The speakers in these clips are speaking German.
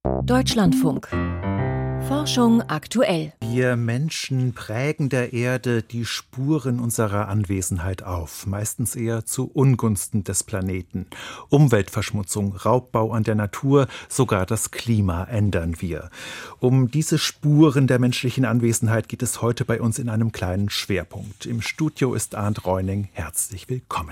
Deutschlandfunk. Forschung aktuell. Wir Menschen prägen der Erde die Spuren unserer Anwesenheit auf, meistens eher zu Ungunsten des Planeten. Umweltverschmutzung, Raubbau an der Natur, sogar das Klima ändern wir. Um diese Spuren der menschlichen Anwesenheit geht es heute bei uns in einem kleinen Schwerpunkt. Im Studio ist Arndt Reuning. Herzlich willkommen.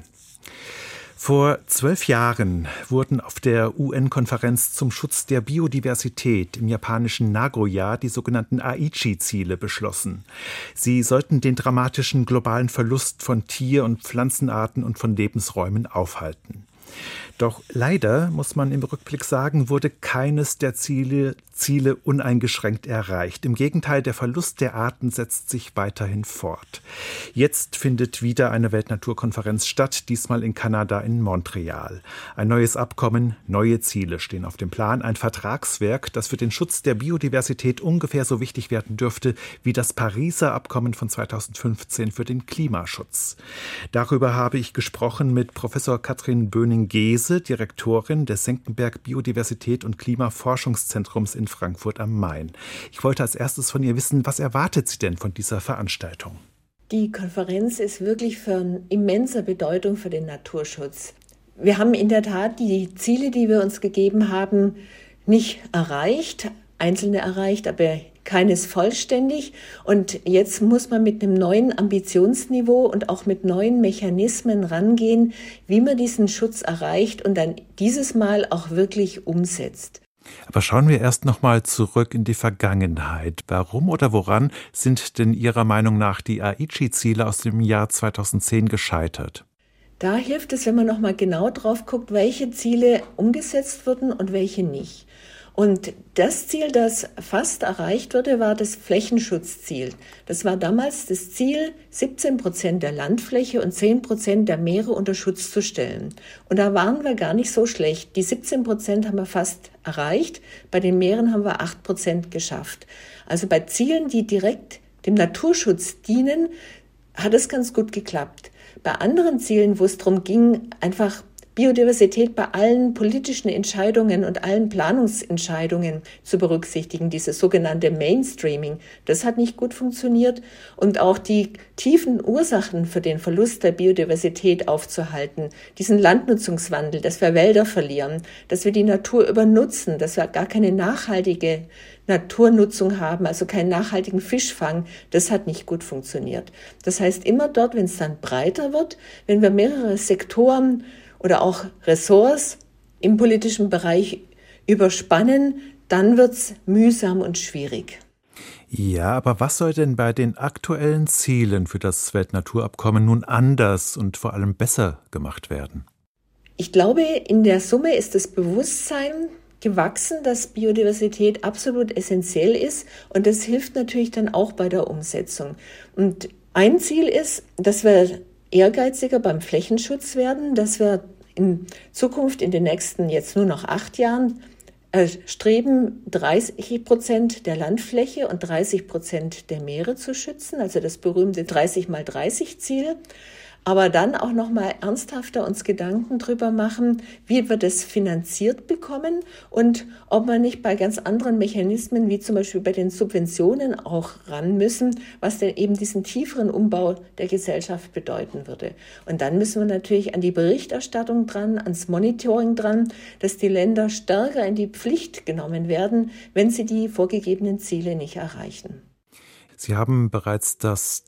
Vor 12 Jahren wurden auf der UN-Konferenz zum Schutz der Biodiversität im japanischen Nagoya die sogenannten Aichi-Ziele beschlossen. Sie sollten den dramatischen globalen Verlust von Tier- und Pflanzenarten und von Lebensräumen aufhalten. Doch leider, muss man im Rückblick sagen, wurde keines der Ziele uneingeschränkt erreicht. Im Gegenteil, der Verlust der Arten setzt sich weiterhin fort. Jetzt findet wieder eine Weltnaturkonferenz statt, diesmal in Kanada in Montreal. Ein neues Abkommen, neue Ziele stehen auf dem Plan. Ein Vertragswerk, das für den Schutz der Biodiversität ungefähr so wichtig werden dürfte wie das Pariser Abkommen von 2015 für den Klimaschutz. Darüber habe ich gesprochen mit Professor Katrin Böning-Gehse, Direktorin des Senckenberg Biodiversität und Klimaforschungszentrums in Frankfurt am Main. Ich wollte als erstes von ihr wissen, was erwartet sie denn von dieser Veranstaltung? Die Konferenz ist wirklich von immenser Bedeutung für den Naturschutz. Wir haben in der Tat die Ziele, die wir uns gegeben haben, nicht erreicht, einzelne erreicht, aber keines vollständig. Und jetzt muss man mit einem neuen Ambitionsniveau und auch mit neuen Mechanismen rangehen, wie man diesen Schutz erreicht und dann dieses Mal auch wirklich umsetzt. Aber schauen wir erst noch mal zurück in die Vergangenheit. Warum oder woran sind denn Ihrer Meinung nach die Aichi-Ziele aus dem Jahr 2010 gescheitert? Da hilft es, wenn man noch mal genau drauf guckt, welche Ziele umgesetzt wurden und welche nicht. Und das Ziel, das fast erreicht wurde, war das Flächenschutzziel. Das war damals das Ziel, 17% der Landfläche und 10% der Meere unter Schutz zu stellen. Und da waren wir gar nicht so schlecht. Die 17% haben wir fast erreicht. Bei den Meeren haben wir 8% geschafft. Also bei Zielen, die direkt dem Naturschutz dienen, hat es ganz gut geklappt. Bei anderen Zielen, wo es darum ging, einfach Biodiversität bei allen politischen Entscheidungen und allen Planungsentscheidungen zu berücksichtigen, dieses sogenannte Mainstreaming, das hat nicht gut funktioniert. Und auch die tiefen Ursachen für den Verlust der Biodiversität aufzuhalten, diesen Landnutzungswandel, dass wir Wälder verlieren, dass wir die Natur übernutzen, dass wir gar keine nachhaltige Naturnutzung haben, also keinen nachhaltigen Fischfang, das hat nicht gut funktioniert. Das heißt, immer dort, wenn es dann breiter wird, wenn wir mehrere Sektoren oder auch Ressorts im politischen Bereich überspannen, dann wird's mühsam und schwierig. Ja, aber was soll denn bei den aktuellen Zielen für das Weltnaturabkommen nun anders und vor allem besser gemacht werden? Ich glaube, in der Summe ist das Bewusstsein gewachsen, dass Biodiversität absolut essentiell ist, und das hilft natürlich dann auch bei der Umsetzung. Und ein Ziel ist, dass wir ehrgeiziger beim Flächenschutz werden, dass wir in Zukunft in den nächsten jetzt nur noch 8 Jahren streben, 30% der Landfläche und 30% der Meere zu schützen, also das berühmte 30x30-Ziel. Aber dann auch noch mal ernsthafter uns Gedanken drüber machen, wie wir das finanziert bekommen und ob wir nicht bei ganz anderen Mechanismen, wie zum Beispiel bei den Subventionen, auch ran müssen, was denn eben diesen tieferen Umbau der Gesellschaft bedeuten würde. Und dann müssen wir natürlich an die Berichterstattung dran, ans Monitoring dran, dass die Länder stärker in die Pflicht genommen werden, wenn sie die vorgegebenen Ziele nicht erreichen. Sie haben bereits das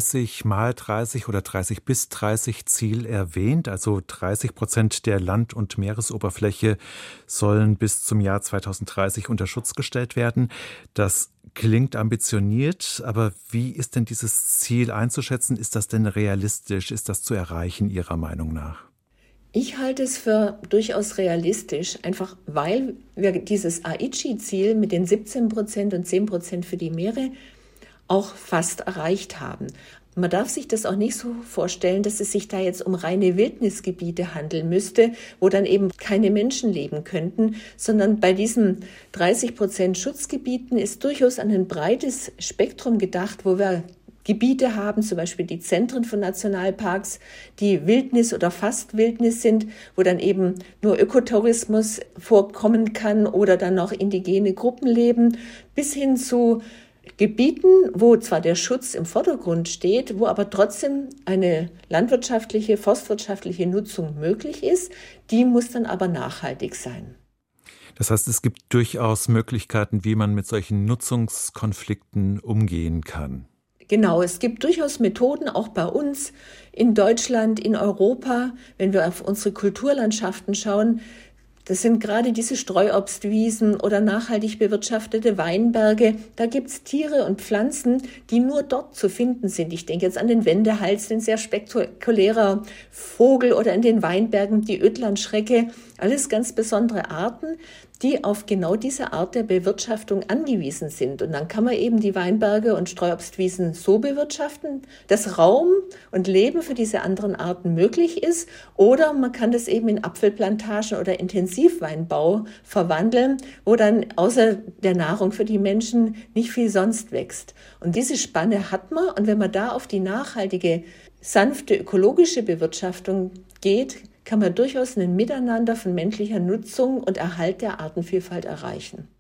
30x30 oder 30x30 Ziel erwähnt, also 30% der Land- und Meeresoberfläche sollen bis zum Jahr 2030 unter Schutz gestellt werden. Das klingt ambitioniert, aber wie ist denn dieses Ziel einzuschätzen? Ist das denn realistisch? Ist das zu erreichen Ihrer Meinung nach? Ich halte es für durchaus realistisch, einfach weil wir dieses Aichi-Ziel mit den 17% und 10% für die Meere auch fast erreicht haben. Man darf sich das auch nicht so vorstellen, dass es sich da jetzt um reine Wildnisgebiete handeln müsste, wo dann eben keine Menschen leben könnten, sondern bei diesen 30% Schutzgebieten ist durchaus an ein breites Spektrum gedacht, wo wir Gebiete haben, zum Beispiel die Zentren von Nationalparks, die Wildnis oder fast Wildnis sind, wo dann eben nur Ökotourismus vorkommen kann oder dann noch indigene Gruppen leben, bis hin zu Gebieten, wo zwar der Schutz im Vordergrund steht, wo aber trotzdem eine landwirtschaftliche, forstwirtschaftliche Nutzung möglich ist, die muss dann aber nachhaltig sein. Das heißt, es gibt durchaus Möglichkeiten, wie man mit solchen Nutzungskonflikten umgehen kann. Genau, es gibt durchaus Methoden, auch bei uns in Deutschland, in Europa, wenn wir auf unsere Kulturlandschaften schauen. Das sind gerade diese Streuobstwiesen oder nachhaltig bewirtschaftete Weinberge. Da gibt's Tiere und Pflanzen, die nur dort zu finden sind. Ich denke jetzt an den Wendehals, ein sehr spektakulärer Vogel, oder in den Weinbergen die Ödlandschrecke. Alles ganz besondere Arten, die auf genau diese Art der Bewirtschaftung angewiesen sind. Und dann kann man eben die Weinberge und Streuobstwiesen so bewirtschaften, dass Raum und Leben für diese anderen Arten möglich ist. Oder man kann das eben in Apfelplantagen oder Intensivweinbau verwandeln, wo dann außer der Nahrung für die Menschen nicht viel sonst wächst. Und diese Spanne hat man. Und wenn man da auf die nachhaltige, sanfte, ökologische Bewirtschaftung geht, kann man durchaus ein Miteinander von menschlicher Nutzung und Erhalt der Artenvielfalt erreichen.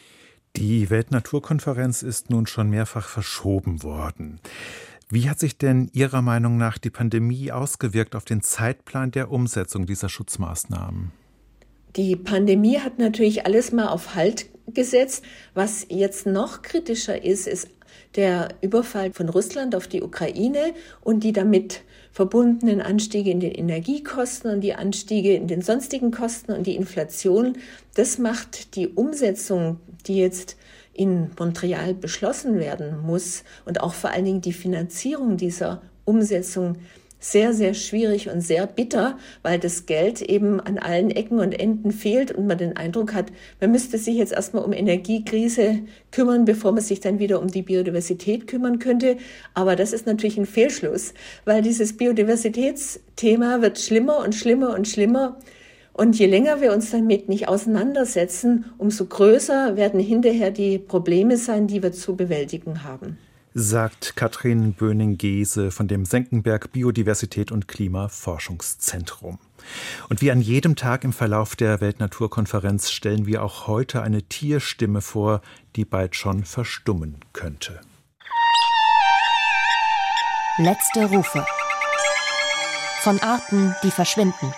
Die Weltnaturkonferenz ist nun schon mehrfach verschoben worden. Wie hat sich denn Ihrer Meinung nach die Pandemie ausgewirkt auf den Zeitplan der Umsetzung dieser Schutzmaßnahmen? Die Pandemie hat natürlich alles mal auf Halt gesetzt. Was jetzt noch kritischer ist, ist der Überfall von Russland auf die Ukraine und die damit verbundenen Anstiege in den Energiekosten und die Anstiege in den sonstigen Kosten und die Inflation. Das macht die Umsetzung, die jetzt in Montreal beschlossen werden muss, und auch vor allen Dingen die Finanzierung dieser Umsetzung sehr, sehr schwierig und sehr bitter, weil das Geld eben an allen Ecken und Enden fehlt und man den Eindruck hat, man müsste sich jetzt erstmal um Energiekrise kümmern, bevor man sich dann wieder um die Biodiversität kümmern könnte. Aber das ist natürlich ein Fehlschluss, weil dieses Biodiversitätsthema wird schlimmer und schlimmer und schlimmer. Und je länger wir uns damit nicht auseinandersetzen, umso größer werden hinterher die Probleme sein, die wir zu bewältigen haben. Sagt Katrin Böning-Gese von dem Senckenberg Biodiversität und Klimaforschungszentrum. Und wie an jedem Tag im Verlauf der Weltnaturkonferenz stellen wir auch heute eine Tierstimme vor, die bald schon verstummen könnte. Letzte Rufe. Von Arten, die verschwinden.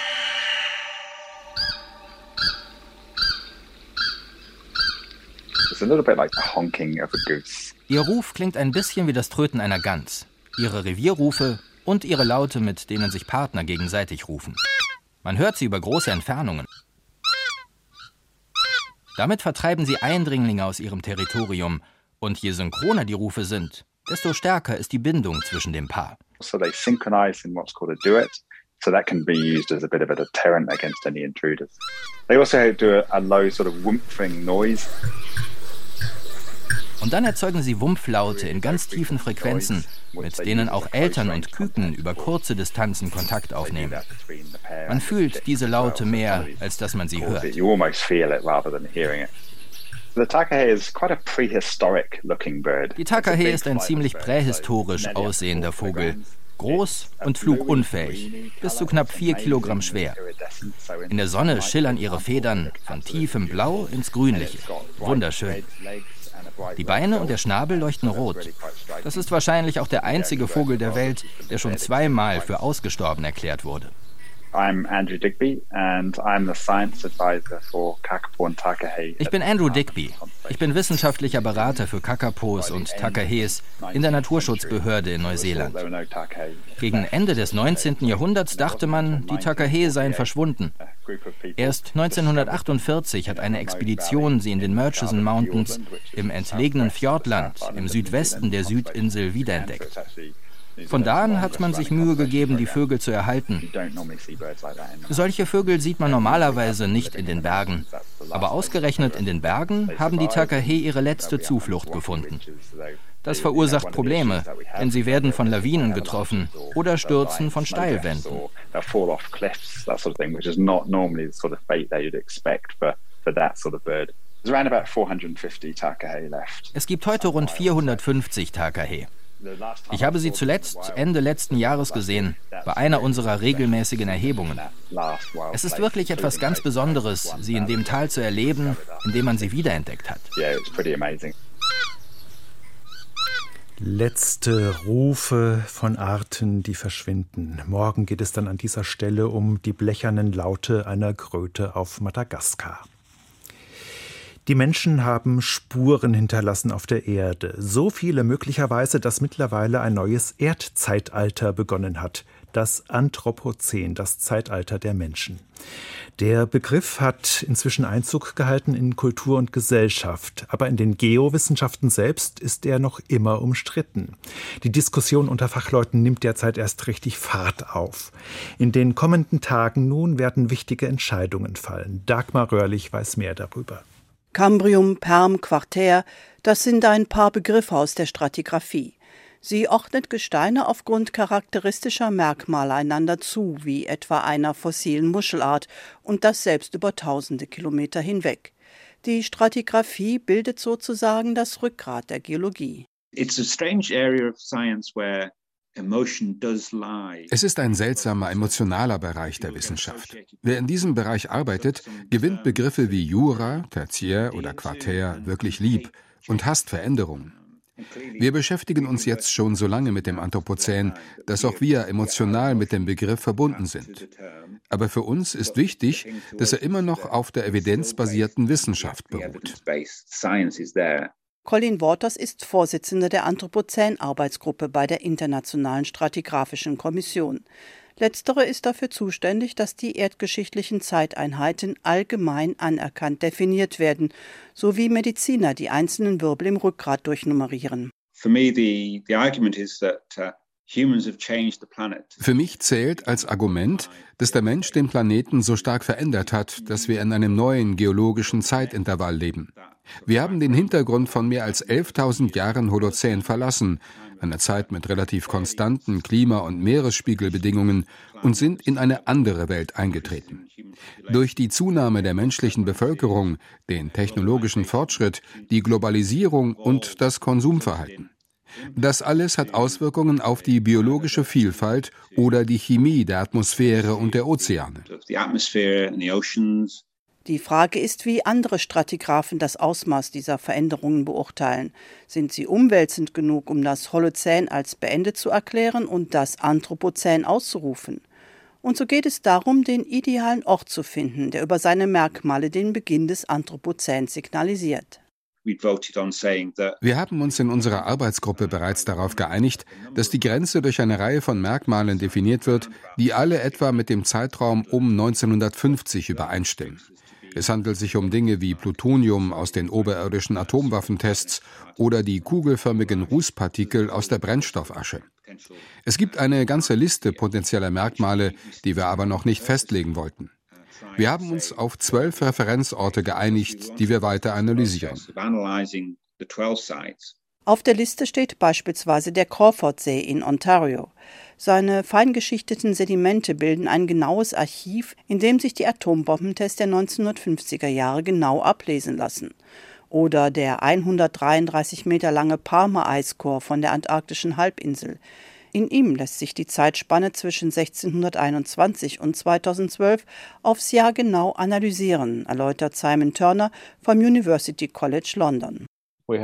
It's a little bit like the honking of a goose. Ihr Ruf klingt ein bisschen wie das Tröten einer Gans. Ihre Revierrufe und ihre Laute, mit denen sich Partner gegenseitig rufen. Man hört sie über große Entfernungen. Damit vertreiben sie Eindringlinge aus ihrem Territorium. Und je synchroner die Rufe sind, desto stärker ist die Bindung zwischen dem Paar. So they synchronize in what's called a duet. So that can be used as a bit of a deterrent against any intruders. They also do a low sort of whoomphing noise. Und dann erzeugen sie Wumpflaute in ganz tiefen Frequenzen, mit denen auch Eltern und Küken über kurze Distanzen Kontakt aufnehmen. Man fühlt diese Laute mehr, als dass man sie hört. Die Takahe ist ein ziemlich prähistorisch aussehender Vogel. Groß und flugunfähig, bis zu knapp 4 Kilogramm schwer. In der Sonne schillern ihre Federn von tiefem Blau ins Grünliche. Wunderschön. Die Beine und der Schnabel leuchten rot. Das ist wahrscheinlich auch der einzige Vogel der Welt, der schon 2-mal für ausgestorben erklärt wurde. I'm Andrew Digby and I'm the science advisor for Kakapo and Takahe. Ich bin Andrew Digby. Ich bin wissenschaftlicher Berater für Kakapos und Takahes in der Naturschutzbehörde in Neuseeland. Gegen Ende des 19. Jahrhunderts dachte man, die Takahe seien verschwunden. Erst 1948 hat eine Expedition sie in den Murchison Mountains im entlegenen Fjordland im Südwesten der Südinsel wiederentdeckt. Von da an hat man sich Mühe gegeben, die Vögel zu erhalten. Solche Vögel sieht man normalerweise nicht in den Bergen. Aber ausgerechnet in den Bergen haben die Takahe ihre letzte Zuflucht gefunden. Das verursacht Probleme, denn sie werden von Lawinen getroffen oder stürzen von Steilwänden. Es gibt heute rund 450 Takahe. Ich habe sie zuletzt Ende letzten Jahres gesehen, bei einer unserer regelmäßigen Erhebungen. Es ist wirklich etwas ganz Besonderes, sie in dem Tal zu erleben, in dem man sie wiederentdeckt hat. Letzte Rufe von Arten, die verschwinden. Morgen geht es dann an dieser Stelle um die blechernen Laute einer Kröte auf Madagaskar. Die Menschen haben Spuren hinterlassen auf der Erde. So viele möglicherweise, dass mittlerweile ein neues Erdzeitalter begonnen hat. Das Anthropozän, das Zeitalter der Menschen. Der Begriff hat inzwischen Einzug gehalten in Kultur und Gesellschaft. Aber in den Geowissenschaften selbst ist er noch immer umstritten. Die Diskussion unter Fachleuten nimmt derzeit erst richtig Fahrt auf. In den kommenden Tagen nun werden wichtige Entscheidungen fallen. Dagmar Röhrlich weiß mehr darüber. Cambrium, Perm, Quartär, das sind ein paar Begriffe aus der Stratigraphie. Sie ordnet Gesteine aufgrund charakteristischer Merkmale einander zu, wie etwa einer fossilen Muschelart, und das selbst über tausende Kilometer hinweg. Die Stratigraphie bildet sozusagen das Rückgrat der Geologie. It's a strange area of science where es ist ein seltsamer, emotionaler Bereich der Wissenschaft. Wer in diesem Bereich arbeitet, gewinnt Begriffe wie Jura, Tertiär oder Quartär wirklich lieb und hasst Veränderungen. Wir beschäftigen uns jetzt schon so lange mit dem Anthropozän, dass auch wir emotional mit dem Begriff verbunden sind. Aber für uns ist wichtig, dass er immer noch auf der evidenzbasierten Wissenschaft beruht. Colin Waters ist Vorsitzender der Anthropozän-Arbeitsgruppe bei der Internationalen Stratigraphischen Kommission. Letztere ist dafür zuständig, dass die erdgeschichtlichen Zeiteinheiten allgemein anerkannt definiert werden, sowie Mediziner die einzelnen Wirbel im Rückgrat durchnummerieren. For me, the argument is that Für mich zählt als Argument, dass der Mensch den Planeten so stark verändert hat, dass wir in einem neuen geologischen Zeitintervall leben. Wir haben den Hintergrund von mehr als 11.000 Jahren Holozän verlassen, einer Zeit mit relativ konstanten Klima- und Meeresspiegelbedingungen, und sind in eine andere Welt eingetreten. Durch die Zunahme der menschlichen Bevölkerung, den technologischen Fortschritt, die Globalisierung und das Konsumverhalten. Das alles hat Auswirkungen auf die biologische Vielfalt oder die Chemie der Atmosphäre und der Ozeane. Die Frage ist, wie andere Stratigraphen das Ausmaß dieser Veränderungen beurteilen. Sind sie umwälzend genug, um das Holozän als beendet zu erklären und das Anthropozän auszurufen? Und so geht es darum, den idealen Ort zu finden, der über seine Merkmale den Beginn des Anthropozäns signalisiert. Wir haben uns in unserer Arbeitsgruppe bereits darauf geeinigt, dass die Grenze durch eine Reihe von Merkmalen definiert wird, die alle etwa mit dem Zeitraum um 1950 übereinstimmen. Es handelt sich um Dinge wie Plutonium aus den oberirdischen Atomwaffentests oder die kugelförmigen Rußpartikel aus der Brennstoffasche. Es gibt eine ganze Liste potenzieller Merkmale, die wir aber noch nicht festlegen wollten. Wir haben uns auf 12 Referenzorte geeinigt, die wir weiter analysieren. Auf der Liste steht beispielsweise der Crawfordsee in Ontario. Seine feingeschichteten Sedimente bilden ein genaues Archiv, in dem sich die Atombombentests der 1950er Jahre genau ablesen lassen. Oder der 133 Meter lange Parma-Eiskorps von der antarktischen Halbinsel. In ihm lässt sich die Zeitspanne zwischen 1621 und 2012 aufs Jahr genau analysieren, erläutert Simon Turner vom University College London. Wir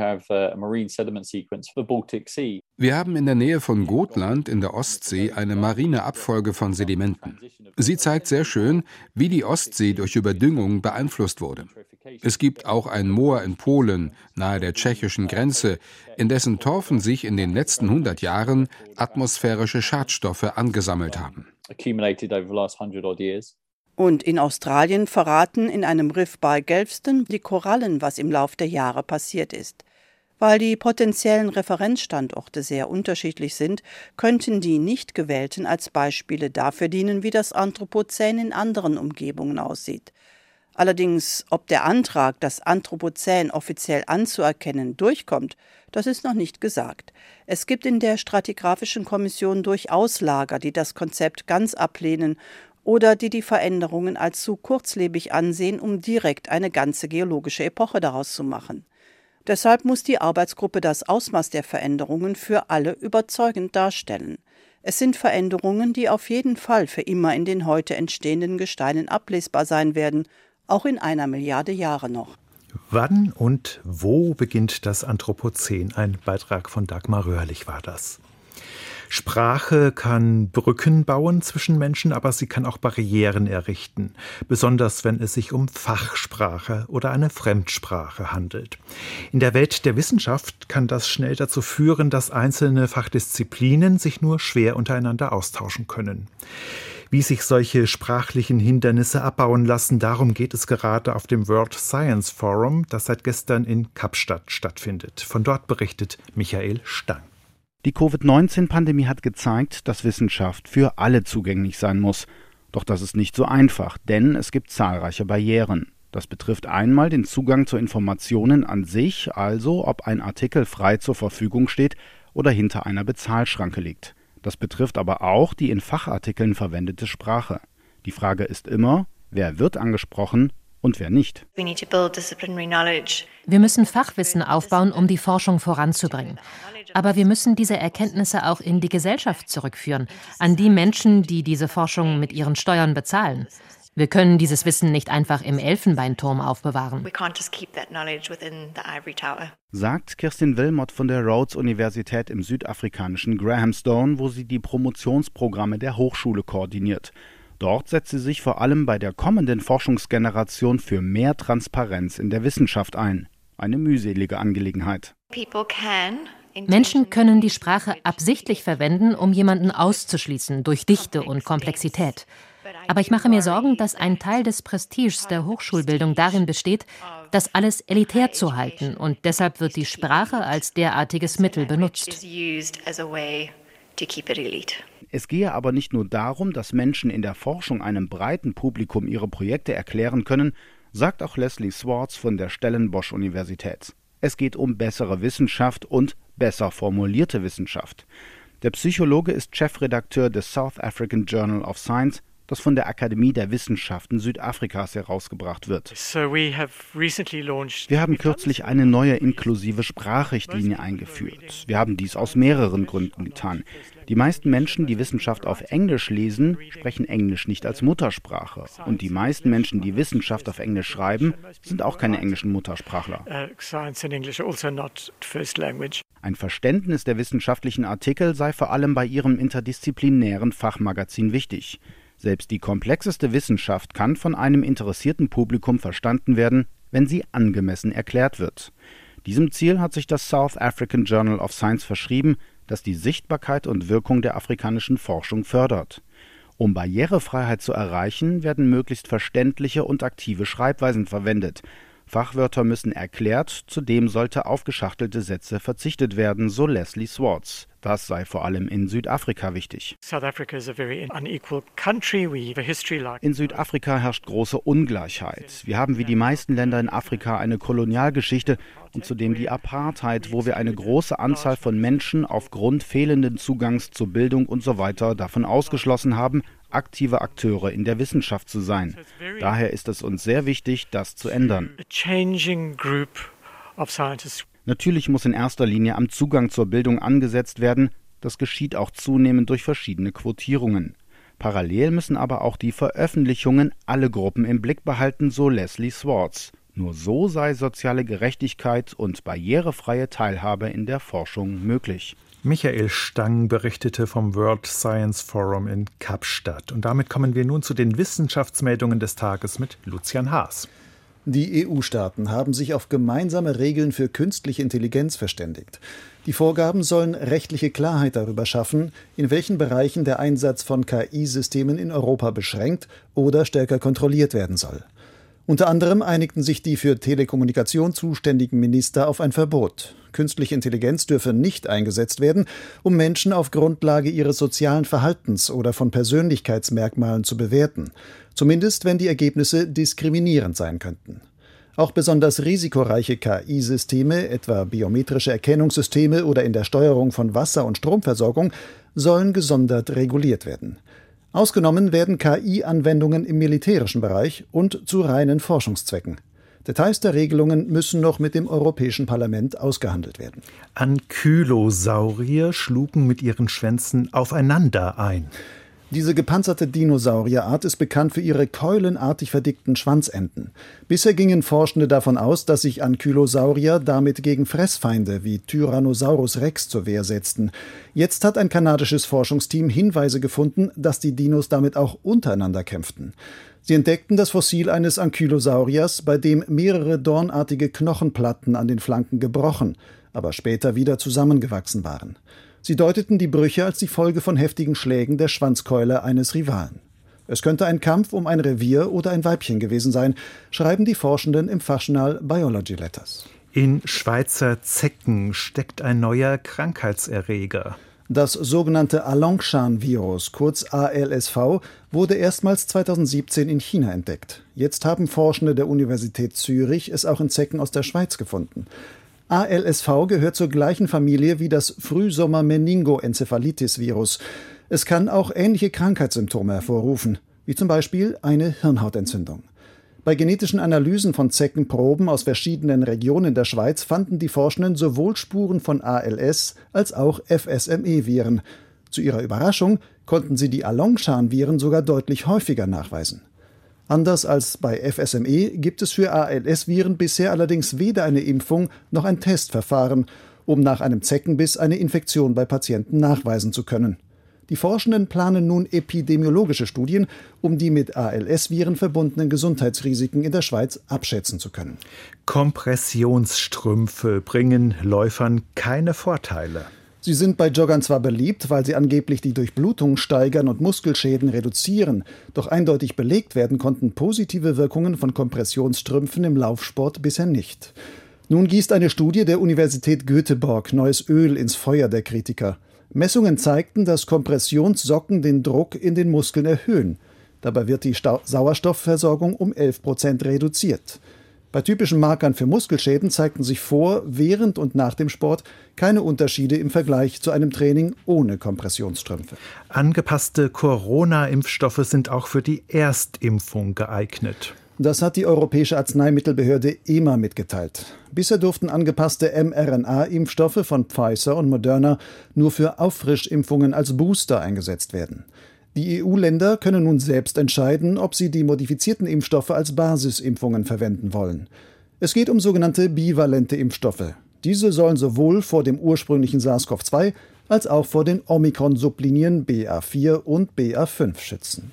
haben in der Nähe von Gotland in der Ostsee eine marine Abfolge von Sedimenten. Sie zeigt sehr schön, wie die Ostsee durch Überdüngung beeinflusst wurde. Es gibt auch ein Moor in Polen, nahe der tschechischen Grenze, in dessen Torfen sich in den letzten 100 Jahren atmosphärische Schadstoffe angesammelt haben. Und in Australien verraten in einem Riff bei Galveston die Korallen, was im Lauf der Jahre passiert ist. Weil die potenziellen Referenzstandorte sehr unterschiedlich sind, könnten die nicht gewählten als Beispiele dafür dienen, wie das Anthropozän in anderen Umgebungen aussieht. Allerdings, ob der Antrag, das Anthropozän offiziell anzuerkennen, durchkommt, das ist noch nicht gesagt. Es gibt in der Stratigraphischen Kommission durchaus Lager, die das Konzept ganz ablehnen oder die die Veränderungen als zu kurzlebig ansehen, um direkt eine ganze geologische Epoche daraus zu machen. Deshalb muss die Arbeitsgruppe das Ausmaß der Veränderungen für alle überzeugend darstellen. Es sind Veränderungen, die auf jeden Fall für immer in den heute entstehenden Gesteinen ablesbar sein werden, auch in 1 Milliarde Jahre noch. Wann und wo beginnt das Anthropozän? Ein Beitrag von Dagmar Röhrlich war das. Sprache kann Brücken bauen zwischen Menschen, aber sie kann auch Barrieren errichten, besonders wenn es sich um Fachsprache oder eine Fremdsprache handelt. In der Welt der Wissenschaft kann das schnell dazu führen, dass einzelne Fachdisziplinen sich nur schwer untereinander austauschen können. Wie sich solche sprachlichen Hindernisse abbauen lassen, darum geht es gerade auf dem World Science Forum, das seit gestern in Kapstadt stattfindet. Von dort berichtet Michael Stang. Die Covid-19-Pandemie hat gezeigt, dass Wissenschaft für alle zugänglich sein muss. Doch das ist nicht so einfach, denn es gibt zahlreiche Barrieren. Das betrifft einmal den Zugang zu Informationen an sich, also ob ein Artikel frei zur Verfügung steht oder hinter einer Bezahlschranke liegt. Das betrifft aber auch die in Fachartikeln verwendete Sprache. Die Frage ist immer, wer wird angesprochen und wer nicht. Wir müssen Fachwissen aufbauen, um die Forschung voranzubringen. Aber wir müssen diese Erkenntnisse auch in die Gesellschaft zurückführen, an die Menschen, die diese Forschung mit ihren Steuern bezahlen. Wir können dieses Wissen nicht einfach im Elfenbeinturm aufbewahren. Sagt Kirstin Wilmot von der Rhodes-Universität im südafrikanischen Grahamstown, wo sie die Promotionsprogramme der Hochschule koordiniert. Dort setzt sie sich vor allem bei der kommenden Forschungsgeneration für mehr Transparenz in der Wissenschaft ein. Eine mühselige Angelegenheit. Menschen können die Sprache absichtlich verwenden, um jemanden auszuschließen durch Dichte und Komplexität. Aber ich mache mir Sorgen, dass ein Teil des Prestiges der Hochschulbildung darin besteht, das alles elitär zu halten, und deshalb wird die Sprache als derartiges Mittel benutzt. Es gehe aber nicht nur darum, dass Menschen in der Forschung einem breiten Publikum ihre Projekte erklären können, sagt auch Leslie Swartz von der Stellenbosch-Universität. Es geht um bessere Wissenschaft und besser formulierte Wissenschaft. Der Psychologe ist Chefredakteur des South African Journal of Science, das von der Akademie der Wissenschaften Südafrikas herausgebracht wird. Wir haben kürzlich eine neue inklusive Sprachrichtlinie eingeführt. Wir haben dies aus mehreren Gründen getan. Die meisten Menschen, die Wissenschaft auf Englisch lesen, sprechen Englisch nicht als Muttersprache. Und die meisten Menschen, die Wissenschaft auf Englisch schreiben, sind auch keine englischen Muttersprachler. Ein Verständnis der wissenschaftlichen Artikel sei vor allem bei ihrem interdisziplinären Fachmagazin wichtig. Selbst die komplexeste Wissenschaft kann von einem interessierten Publikum verstanden werden, wenn sie angemessen erklärt wird. Diesem Ziel hat sich das South African Journal of Science verschrieben, das die Sichtbarkeit und Wirkung der afrikanischen Forschung fördert. Um Barrierefreiheit zu erreichen, werden möglichst verständliche und aktive Schreibweisen verwendet. Fachwörter müssen erklärt, zudem sollte auf geschachtelte Sätze verzichtet werden, so Leslie Swartz. Das sei vor allem in Südafrika wichtig. In Südafrika herrscht große Ungleichheit. Wir haben wie die meisten Länder in Afrika eine Kolonialgeschichte und zudem die Apartheid, wo wir eine große Anzahl von Menschen aufgrund fehlenden Zugangs zu Bildung usw. davon ausgeschlossen haben, aktive Akteure in der Wissenschaft zu sein. Daher ist es uns sehr wichtig, das zu ändern. Natürlich muss in erster Linie am Zugang zur Bildung angesetzt werden. Das geschieht auch zunehmend durch verschiedene Quotierungen. Parallel müssen aber auch die Veröffentlichungen alle Gruppen im Blick behalten, so Leslie Swartz. Nur so sei soziale Gerechtigkeit und barrierefreie Teilhabe in der Forschung möglich. Michael Stang berichtete vom World Science Forum in Kapstadt. Und damit kommen wir nun zu den Wissenschaftsmeldungen des Tages mit Lucian Haas. Die EU-Staaten haben sich auf gemeinsame Regeln für künstliche Intelligenz verständigt. Die Vorgaben sollen rechtliche Klarheit darüber schaffen, in welchen Bereichen der Einsatz von KI-Systemen in Europa beschränkt oder stärker kontrolliert werden soll. Unter anderem einigten sich die für Telekommunikation zuständigen Minister auf ein Verbot. Künstliche Intelligenz dürfe nicht eingesetzt werden, um Menschen auf Grundlage ihres sozialen Verhaltens oder von Persönlichkeitsmerkmalen zu bewerten. Zumindest, wenn die Ergebnisse diskriminierend sein könnten. Auch besonders risikoreiche KI-Systeme, etwa biometrische Erkennungssysteme oder in der Steuerung von Wasser- und Stromversorgung, sollen gesondert reguliert werden. Ausgenommen werden KI-Anwendungen im militärischen Bereich und zu reinen Forschungszwecken. Details der Regelungen müssen noch mit dem Europäischen Parlament ausgehandelt werden. Ankylosaurier schlugen mit ihren Schwänzen aufeinander ein. Diese gepanzerte Dinosaurierart ist bekannt für ihre keulenartig verdickten Schwanzenden. Bisher gingen Forschende davon aus, dass sich Ankylosaurier damit gegen Fressfeinde wie Tyrannosaurus Rex zur Wehr setzten. Jetzt hat ein kanadisches Forschungsteam Hinweise gefunden, dass die Dinos damit auch untereinander kämpften. Sie entdeckten das Fossil eines Ankylosauriers, bei dem mehrere dornartige Knochenplatten an den Flanken gebrochen, aber später wieder zusammengewachsen waren. Sie deuteten die Brüche als die Folge von heftigen Schlägen der Schwanzkeule eines Rivalen. Es könnte ein Kampf um ein Revier oder ein Weibchen gewesen sein, schreiben die Forschenden im Fachjournal Biology Letters. In Schweizer Zecken steckt ein neuer Krankheitserreger. Das sogenannte Alongshan-Virus, kurz ALSV, wurde erstmals 2017 in China entdeckt. Jetzt haben Forschende der Universität Zürich es auch in Zecken aus der Schweiz gefunden. ALSV gehört zur gleichen Familie wie das Frühsommer-Meningoenzephalitis-Virus. Es kann auch ähnliche Krankheitssymptome hervorrufen, wie zum Beispiel eine Hirnhautentzündung. Bei genetischen Analysen von Zeckenproben aus verschiedenen Regionen der Schweiz fanden die Forschenden sowohl Spuren von ALS als auch FSME-Viren. Zu ihrer Überraschung konnten sie die Alongshan-Viren sogar deutlich häufiger nachweisen. Anders als bei FSME gibt es für ALS-Viren bisher allerdings weder eine Impfung noch ein Testverfahren, um nach einem Zeckenbiss eine Infektion bei Patienten nachweisen zu können. Die Forschenden planen nun epidemiologische Studien, um die mit ALS-Viren verbundenen Gesundheitsrisiken in der Schweiz abschätzen zu können. Kompressionsstrümpfe bringen Läufern keine Vorteile. Sie sind bei Joggern zwar beliebt, weil sie angeblich die Durchblutung steigern und Muskelschäden reduzieren, doch eindeutig belegt werden konnten positive Wirkungen von Kompressionsstrümpfen im Laufsport bisher nicht. Nun gießt eine Studie der Universität Göteborg neues Öl ins Feuer der Kritiker. Messungen zeigten, dass Kompressionssocken den Druck in den Muskeln erhöhen. Dabei wird die Sauerstoffversorgung um 11% reduziert. Bei typischen Markern für Muskelschäden zeigten sich vor, während und nach dem Sport keine Unterschiede im Vergleich zu einem Training ohne Kompressionsstrümpfe. Angepasste Corona-Impfstoffe sind auch für die Erstimpfung geeignet. Das hat die Europäische Arzneimittelbehörde EMA mitgeteilt. Bisher durften angepasste mRNA-Impfstoffe von Pfizer und Moderna nur für Auffrischimpfungen als Booster eingesetzt werden. Die EU-Länder können nun selbst entscheiden, ob sie die modifizierten Impfstoffe als Basisimpfungen verwenden wollen. Es geht um sogenannte bivalente Impfstoffe. Diese sollen sowohl vor dem ursprünglichen SARS-CoV-2 als auch vor den Omikron-Sublinien BA4 und BA5 schützen.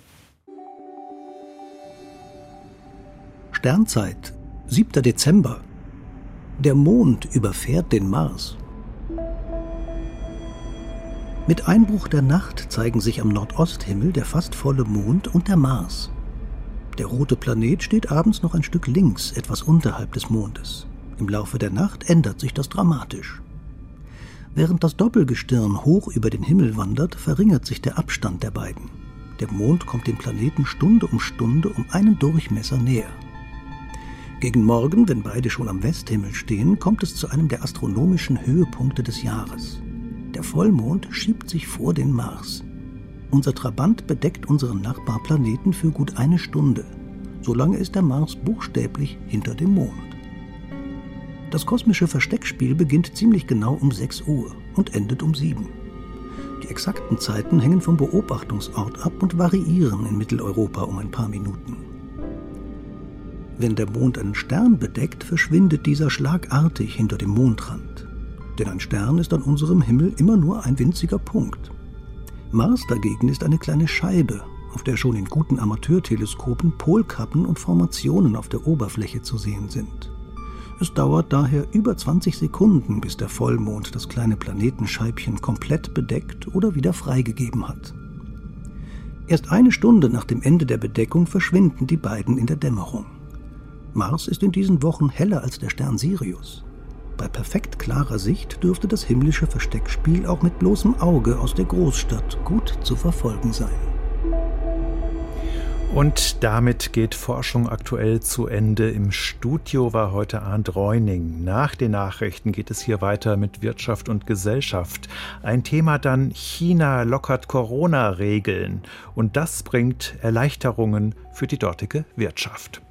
Sternzeit, 7. Dezember. Der Mond überfährt den Mars. Mit Einbruch der Nacht zeigen sich am Nordosthimmel der fast volle Mond und der Mars. Der rote Planet steht abends noch ein Stück links, etwas unterhalb des Mondes. Im Laufe der Nacht ändert sich das dramatisch. Während das Doppelgestirn hoch über den Himmel wandert, verringert sich der Abstand der beiden. Der Mond kommt dem Planeten Stunde um einen Durchmesser näher. Gegen Morgen, wenn beide schon am Westhimmel stehen, kommt es zu einem der astronomischen Höhepunkte des Jahres. Der Vollmond schiebt sich vor den Mars. Unser Trabant bedeckt unseren Nachbarplaneten für gut eine Stunde. Solange ist der Mars buchstäblich hinter dem Mond. Das kosmische Versteckspiel beginnt ziemlich genau um 6 Uhr und endet um 7. Die exakten Zeiten hängen vom Beobachtungsort ab und variieren in Mitteleuropa um ein paar Minuten. Wenn der Mond einen Stern bedeckt, verschwindet dieser schlagartig hinter dem Mondrand. Denn ein Stern ist an unserem Himmel immer nur ein winziger Punkt. Mars dagegen ist eine kleine Scheibe, auf der schon in guten Amateurteleskopen Polkappen und Formationen auf der Oberfläche zu sehen sind. Es dauert daher über 20 Sekunden, bis der Vollmond das kleine Planetenscheibchen komplett bedeckt oder wieder freigegeben hat. Erst eine Stunde nach dem Ende der Bedeckung verschwinden die beiden in der Dämmerung. Mars ist in diesen Wochen heller als der Stern Sirius. Bei perfekt klarer Sicht dürfte das himmlische Versteckspiel auch mit bloßem Auge aus der Großstadt gut zu verfolgen sein. Und damit geht Forschung aktuell zu Ende. Im Studio war heute Arndt Reuning. Nach den Nachrichten geht es hier weiter mit Wirtschaft und Gesellschaft. Ein Thema dann: China lockert Corona-Regeln. Und das bringt Erleichterungen für die dortige Wirtschaft.